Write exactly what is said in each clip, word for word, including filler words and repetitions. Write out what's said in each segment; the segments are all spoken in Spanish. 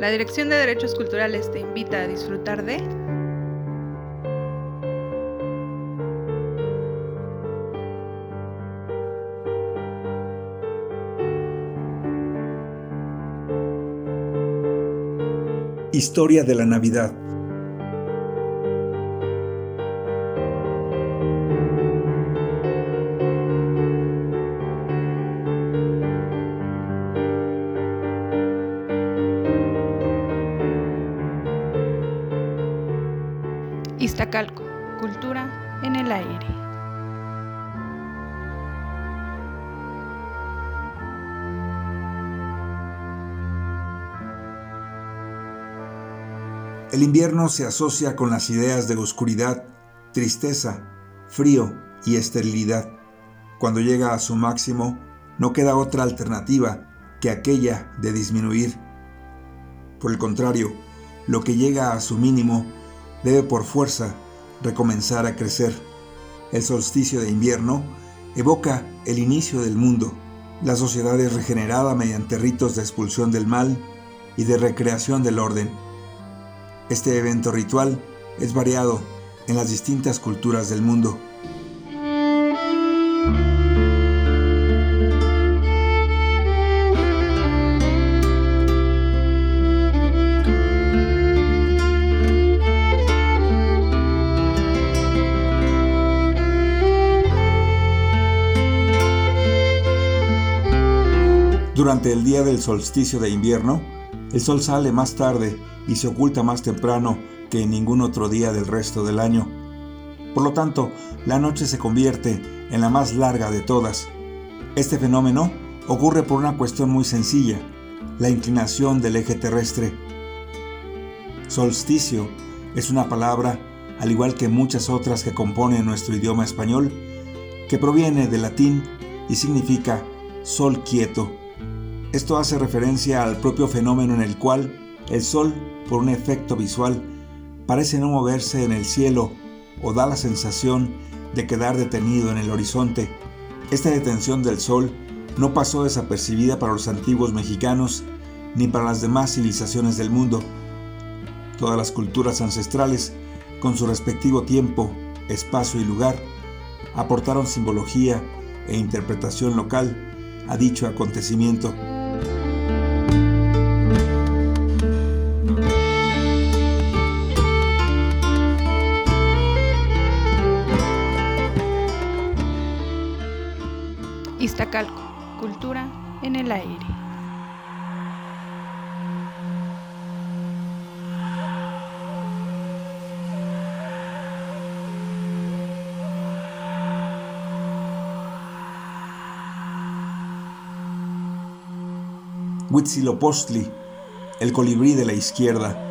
La Dirección de Derechos Culturales te invita a disfrutar de Historia de la Navidad. Iztacalco, cultura en el aire. El invierno se asocia con las ideas de oscuridad, tristeza, frío y esterilidad. Cuando llega a su máximo, no queda otra alternativa que aquella de disminuir. Por el contrario, lo que llega a su mínimo debe por fuerza recomenzar a crecer. El solsticio de invierno evoca el inicio del mundo. La sociedad es regenerada mediante ritos de expulsión del mal y de recreación del orden. Este evento ritual es variado en las distintas culturas del mundo. Durante el día del solsticio de invierno, el sol sale más tarde y se oculta más temprano que en ningún otro día del resto del año. Por lo tanto, la noche se convierte en la más larga de todas. Este fenómeno ocurre por una cuestión muy sencilla: la inclinación del eje terrestre. Solsticio es una palabra, al igual que muchas otras que componen nuestro idioma español, que proviene del latín y significa sol quieto. Esto hace referencia al propio fenómeno en el cual el sol, por un efecto visual, parece no moverse en el cielo o da la sensación de quedar detenido en el horizonte. Esta detención del sol no pasó desapercibida para los antiguos mexicanos ni para las demás civilizaciones del mundo. Todas las culturas ancestrales, con su respectivo tiempo, espacio y lugar, aportaron simbología e interpretación local a dicho acontecimiento. Iztacalco, cultura en el aire. Huitzilopochtli, el colibrí de la izquierda.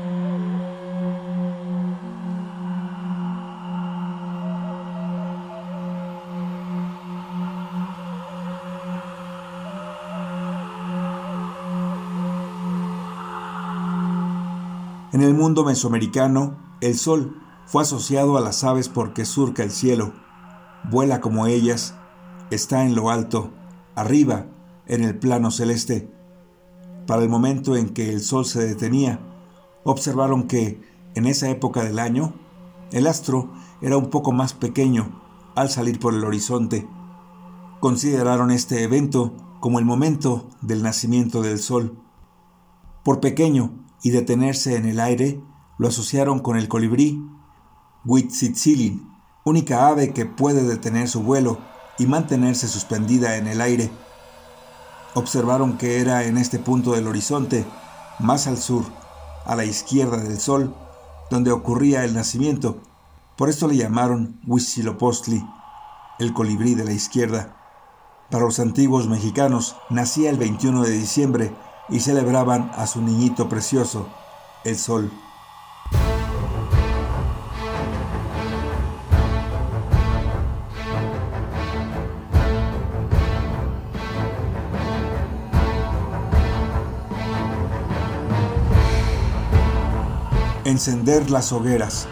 En el mundo mesoamericano, el sol fue asociado a las aves porque surca el cielo, vuela como ellas, está en lo alto, arriba, en el plano celeste. Para el momento en que el sol se detenía, observaron que, en esa época del año, el astro era un poco más pequeño al salir por el horizonte. Consideraron este evento como el momento del nacimiento del sol. Por pequeño y detenerse en el aire, lo asociaron con el colibrí, Huitzitzilin, única ave que puede detener su vuelo y mantenerse suspendida en el aire. Observaron que era en este punto del horizonte, más al sur, a la izquierda del sol, donde ocurría el nacimiento. Por esto le llamaron Huitzilopochtli, el colibrí de la izquierda. Para los antiguos mexicanos, nacía el veintiuno de diciembre y celebraban a su niñito precioso, el sol. Encender las hogueras.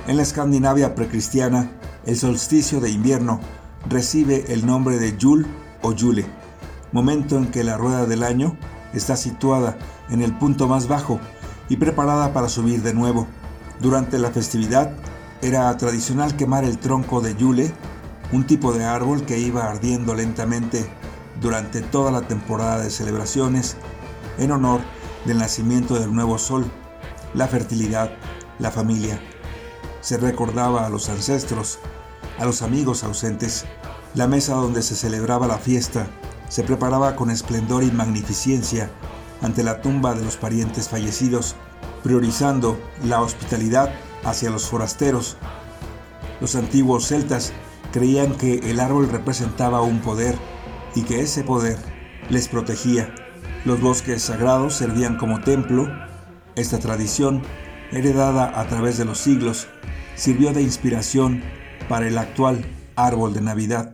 En la Escandinavia precristiana, el solsticio de invierno recibe el nombre de Jul o Jule, momento en que la rueda del año está situada en el punto más bajo y preparada para subir de nuevo. Durante la festividad era tradicional quemar el tronco de Jule, un tipo de árbol que iba ardiendo lentamente durante toda la temporada de celebraciones en honor del nacimiento del nuevo sol, la fertilidad, la familia. Se recordaba a los ancestros, a los amigos ausentes. La mesa donde se celebraba la fiesta se preparaba con esplendor y magnificencia ante la tumba de los parientes fallecidos, priorizando la hospitalidad hacia los forasteros. Los antiguos celtas creían que el árbol representaba un poder y que ese poder les protegía. Los bosques sagrados servían como templo. Esta tradición, heredada a través de los siglos, sirvió de inspiración para el actual árbol de Navidad.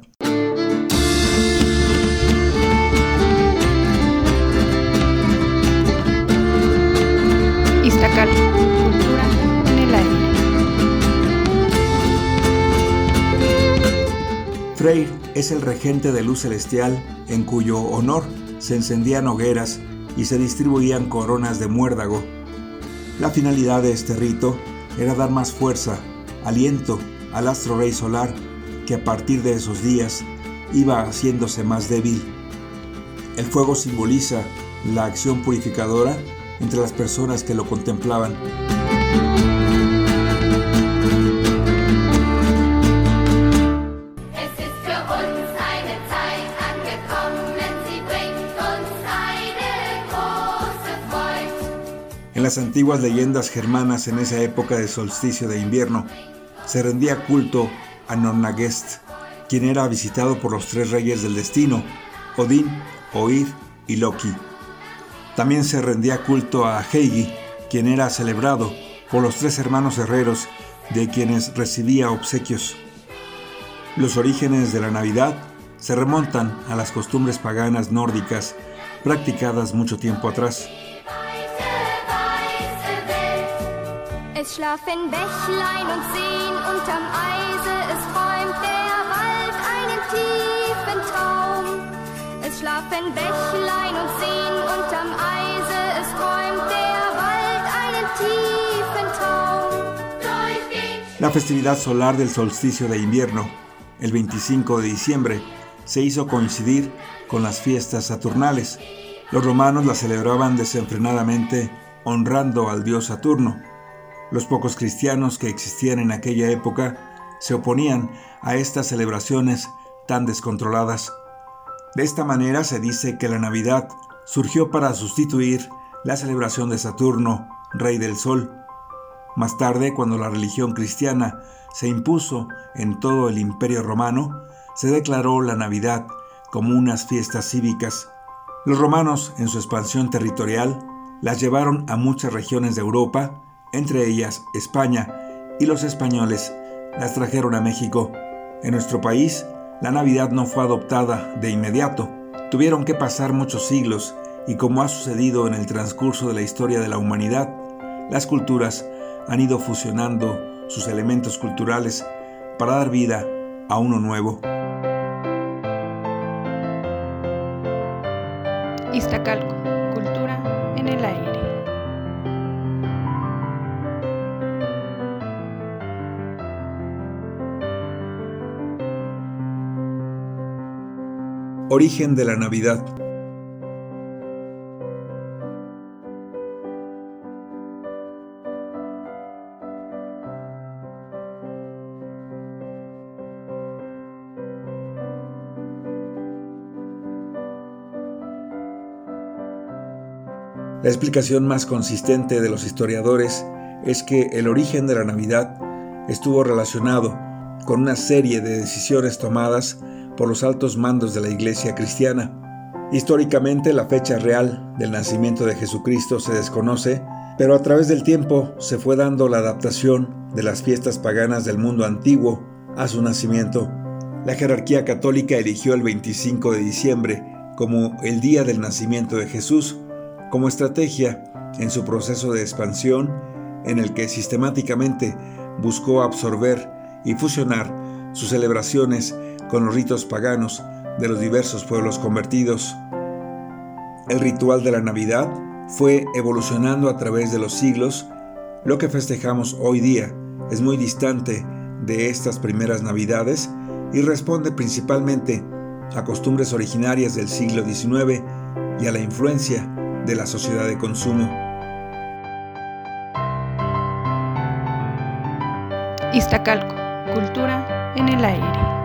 Iztacalco, cultura en el aire. Freyr es el regente de luz celestial en cuyo honor se encendían hogueras y se distribuían coronas de muérdago. La finalidad de este rito era dar más fuerza, aliento al astro rey solar, que a partir de esos días iba haciéndose más débil. El fuego simboliza la acción purificadora entre las personas que lo contemplaban. En las antiguas leyendas germanas, en esa época de solsticio de invierno, se rendía culto a Nornagest, quien era visitado por los tres reyes del destino, Odín, Oír y Loki. También se rendía culto a Heigi, quien era celebrado por los tres hermanos herreros de quienes recibía obsequios. Los orígenes de la Navidad se remontan a las costumbres paganas nórdicas practicadas mucho tiempo atrás. Es schlafen Bächlein und Seen unterm Eise, es träumt der Wald einen tiefen Traum. Es schlafen Bächlein und Seen unterm Eise, es träumt der Wald einen tiefen Traum. La festividad solar del solsticio de invierno, el veinticinco de diciembre, se hizo coincidir con las fiestas saturnales. Los romanos la celebraban desenfrenadamente, honrando al dios Saturno. Los pocos cristianos que existían en aquella época se oponían a estas celebraciones tan descontroladas. De esta manera se dice que la Navidad surgió para sustituir la celebración de Saturno, rey del sol. Más tarde, cuando la religión cristiana se impuso en todo el Imperio Romano, se declaró la Navidad como unas fiestas cívicas. Los romanos, en su expansión territorial, las llevaron a muchas regiones de Europa, entre ellas España, y los españoles las trajeron a México. En nuestro país, la Navidad no fue adoptada de inmediato. Tuvieron que pasar muchos siglos y, como ha sucedido en el transcurso de la historia de la humanidad, las culturas han ido fusionando sus elementos culturales para dar vida a uno nuevo. Iztacalco, cultura en el aire. Origen de la Navidad. La explicación más consistente de los historiadores es que el origen de la Navidad estuvo relacionado con una serie de decisiones tomadas por los altos mandos de la Iglesia cristiana. Históricamente, la fecha real del nacimiento de Jesucristo se desconoce, pero a través del tiempo se fue dando la adaptación de las fiestas paganas del mundo antiguo a su nacimiento. La jerarquía católica eligió el veinticinco de diciembre como el día del nacimiento de Jesús, como estrategia en su proceso de expansión, en el que sistemáticamente buscó absorber y fusionar sus celebraciones con los ritos paganos de los diversos pueblos convertidos. El ritual de la Navidad fue evolucionando a través de los siglos. Lo que festejamos hoy día es muy distante de estas primeras Navidades y responde principalmente a costumbres originarias del siglo diecinueve y a la influencia de la sociedad de consumo. Iztacalco, cultura en el aire.